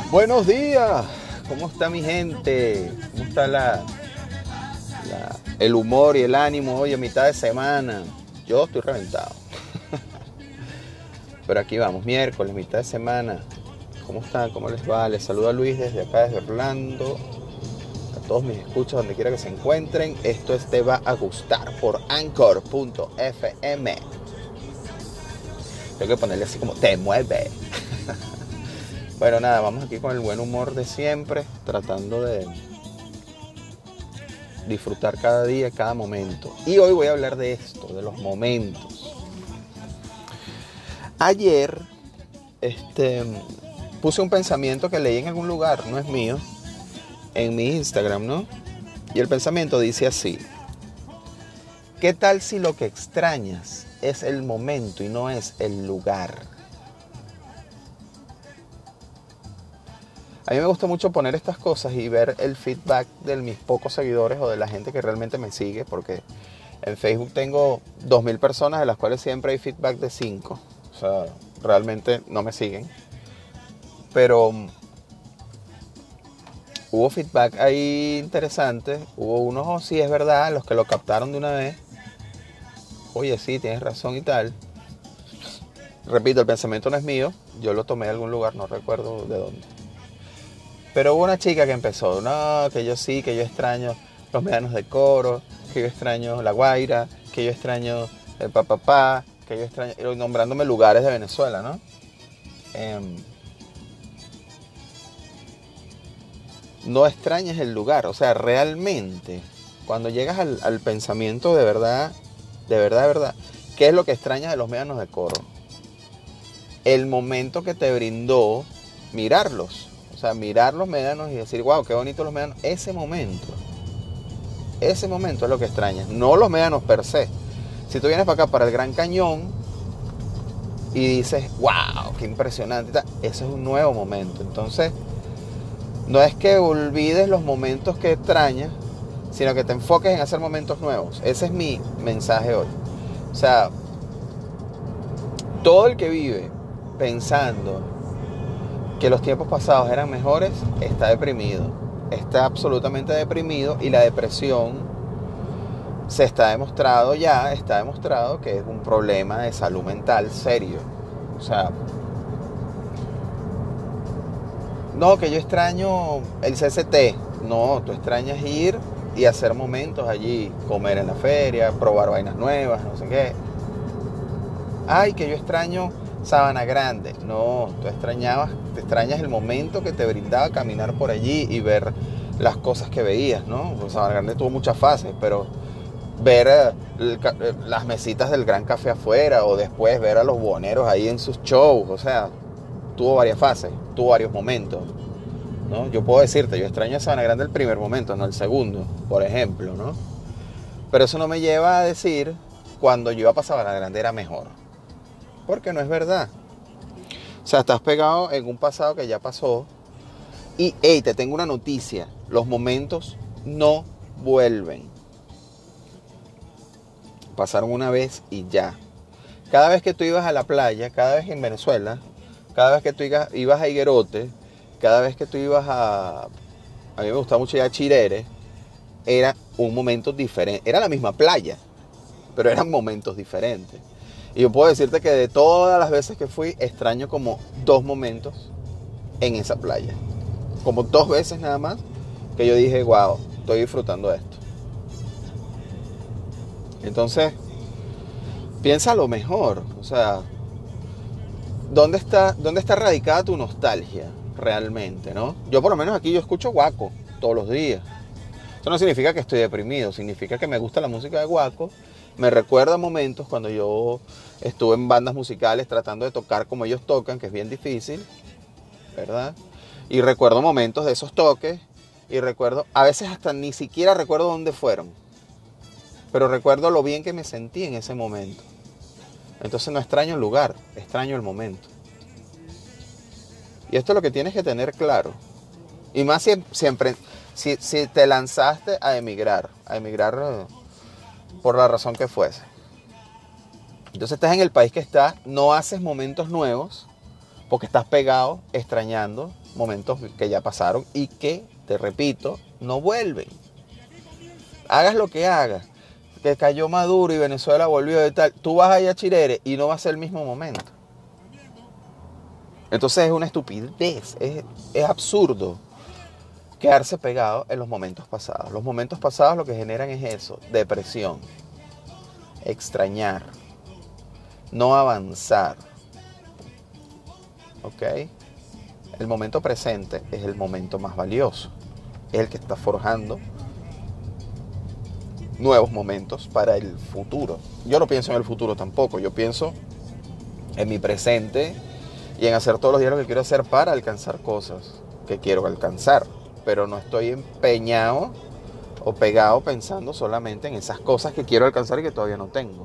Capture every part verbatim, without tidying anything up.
Buenos días, ¿cómo está mi gente? ¿Cómo está la, la- el humor y el ánimo hoy a mitad de semana? Yo estoy reventado, pero aquí vamos, miércoles, mitad de semana. ¿Cómo están? ¿Cómo les va? Les saluda Luis desde acá, desde Orlando. A todos mis escuchas, donde quiera que se encuentren. Esto es Te Va a Gustar por Anchor punto F M. Tengo que ponerle así como Te Mueve. Bueno, nada, vamos aquí con el buen humor de siempre, tratando de disfrutar cada día, cada momento. Y hoy voy a hablar de esto, de los momentos. Ayer, este, puse un pensamiento que leí en algún lugar, no es mío, en mi Instagram, ¿no? Y el pensamiento dice así: ¿qué tal si lo que extrañas es el momento y no es el lugar? A mí me gusta mucho poner estas cosas y ver el feedback de mis pocos seguidores o de la gente que realmente me sigue, porque en Facebook tengo dos mil personas, de las cuales siempre hay feedback de cinco. O sea, realmente no me siguen. Pero um, hubo feedback ahí interesante. Hubo unos, oh, sí, es verdad, los que lo captaron de una vez. Oye, sí, tienes razón y tal. Repito, el pensamiento no es mío. Yo lo tomé de algún lugar, no recuerdo de dónde. Pero hubo una chica que empezó, no, que yo sí, que yo extraño los médanos de Coro, que yo extraño La Guaira, que yo extraño el Papapá, que yo extraño, y nombrándome lugares de Venezuela, ¿no? Eh, no extrañes el lugar, o sea, realmente, cuando llegas al, al pensamiento de verdad, de verdad, de verdad, ¿qué es lo que extrañas de los médanos de Coro? El momento que te brindó mirarlos. O sea, mirar los médanos y decir, wow, qué bonitos los médanos. Ese momento, ese momento es lo que extrañas. No los médanos per se. Si tú vienes para acá, para el Gran Cañón, y dices, wow, qué impresionante, ese es un nuevo momento. Entonces, no es que olvides los momentos que extrañas, sino que te enfoques en hacer momentos nuevos. Ese es mi mensaje hoy. O sea, todo el que vive pensando que los tiempos pasados eran mejores, está deprimido. Está absolutamente deprimido, y la depresión se está demostrado ya, está demostrado que es un problema de salud mental serio. O sea, no, que yo extraño el C C T. No, tú extrañas ir y hacer momentos allí, comer en la feria, probar vainas nuevas, no sé qué. Ay, que yo extraño Sabana Grande. No, tú extrañabas, te extrañas el momento que te brindaba caminar por allí y ver las cosas que veías, ¿no? Pues Sabana Grande tuvo muchas fases, pero ver eh, el, eh, las mesitas del Gran Café afuera, o después ver a los buhoneros ahí en sus shows, o sea, tuvo varias fases, tuvo varios momentos, ¿no? Yo puedo decirte, yo extraño a Sabana Grande el primer momento, no el segundo, por ejemplo, ¿no? Pero eso no me lleva a decir cuando yo iba a Sabana Grande era mejor, porque no es verdad. O sea, estás pegado en un pasado que ya pasó. Y, hey, te tengo una noticia: los momentos no vuelven. Pasaron una vez y ya. Cada vez que tú ibas a la playa, cada vez en Venezuela, cada vez que tú ibas a Higuerote, cada vez que tú ibas a... A mí me gustaba mucho ir a Chirere, era un momento diferente. Era la misma playa, pero eran momentos diferentes. Y yo puedo decirte que de todas las veces que fui, extraño como dos momentos en esa playa. Como dos veces nada más que yo dije, wow, estoy disfrutando de esto. Entonces, piensa lo mejor. O sea, ¿dónde está, dónde está radicada tu nostalgia realmente, no? Yo por lo menos aquí yo escucho Guaco todos los días. Eso no significa que estoy deprimido, significa que me gusta la música de Guaco. Me recuerda momentos cuando yo estuve en bandas musicales tratando de tocar como ellos tocan, que es bien difícil, ¿verdad? Y recuerdo momentos de esos toques, y recuerdo, a veces hasta ni siquiera recuerdo dónde fueron, pero recuerdo lo bien que me sentí en ese momento. Entonces no extraño el lugar, extraño el momento. Y esto es lo que tienes que tener claro. Y más si, siempre, si, si te lanzaste a emigrar, a emigrar por la razón que fuese. Entonces estás en el país que estás, no haces momentos nuevos, porque estás pegado, extrañando momentos que ya pasaron y que, te repito, no vuelven. Hagas lo que hagas, que cayó Maduro y Venezuela volvió y tal, tú vas allá a Chirere y no va a ser el mismo momento. Entonces es una estupidez, es, es absurdo quedarse pegado en los momentos pasados. Los momentos pasados lo que generan es eso, depresión, extrañar, no avanzar. ¿Ok? El momento presente es el momento más valioso, es el que está forjando nuevos momentos para el futuro. Yo no pienso en el futuro tampoco, yo pienso en mi presente y en hacer todos los días lo que quiero hacer para alcanzar cosas que quiero alcanzar, pero no estoy empeñado o pegado pensando solamente en esas cosas que quiero alcanzar y que todavía no tengo.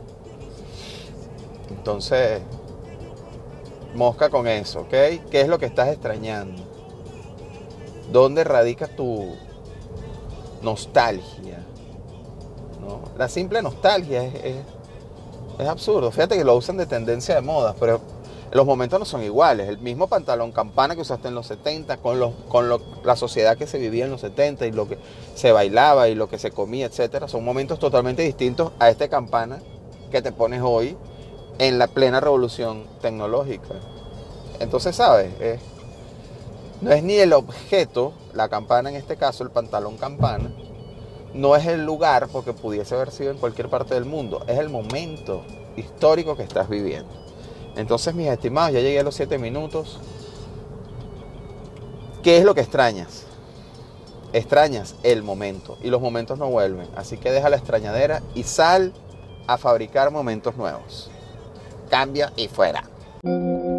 Entonces, mosca con eso, ¿ok? ¿Qué es lo que estás extrañando? ¿Dónde radica tu nostalgia? ¿No? La simple nostalgia es, es, es absurdo. Fíjate que lo usan de tendencia de moda, pero los momentos no son iguales. El mismo pantalón campana que usaste en los setenta, con, los, con lo, la sociedad que se vivía en los setenta y lo que se bailaba y lo que se comía, etcétera, son momentos totalmente distintos a este campana que te pones hoy en la plena revolución tecnológica. Entonces, ¿sabes? Es, no es ni el objeto, la campana en este caso, el pantalón campana, no es el lugar, porque pudiese haber sido en cualquier parte del mundo, es el momento histórico que estás viviendo. Entonces, mis estimados, ya llegué a los siete minutos. ¿Qué es lo que extrañas? Extrañas el momento, y los momentos no vuelven. Así que deja la extrañadera y sal a fabricar momentos nuevos. Cambio y fuera.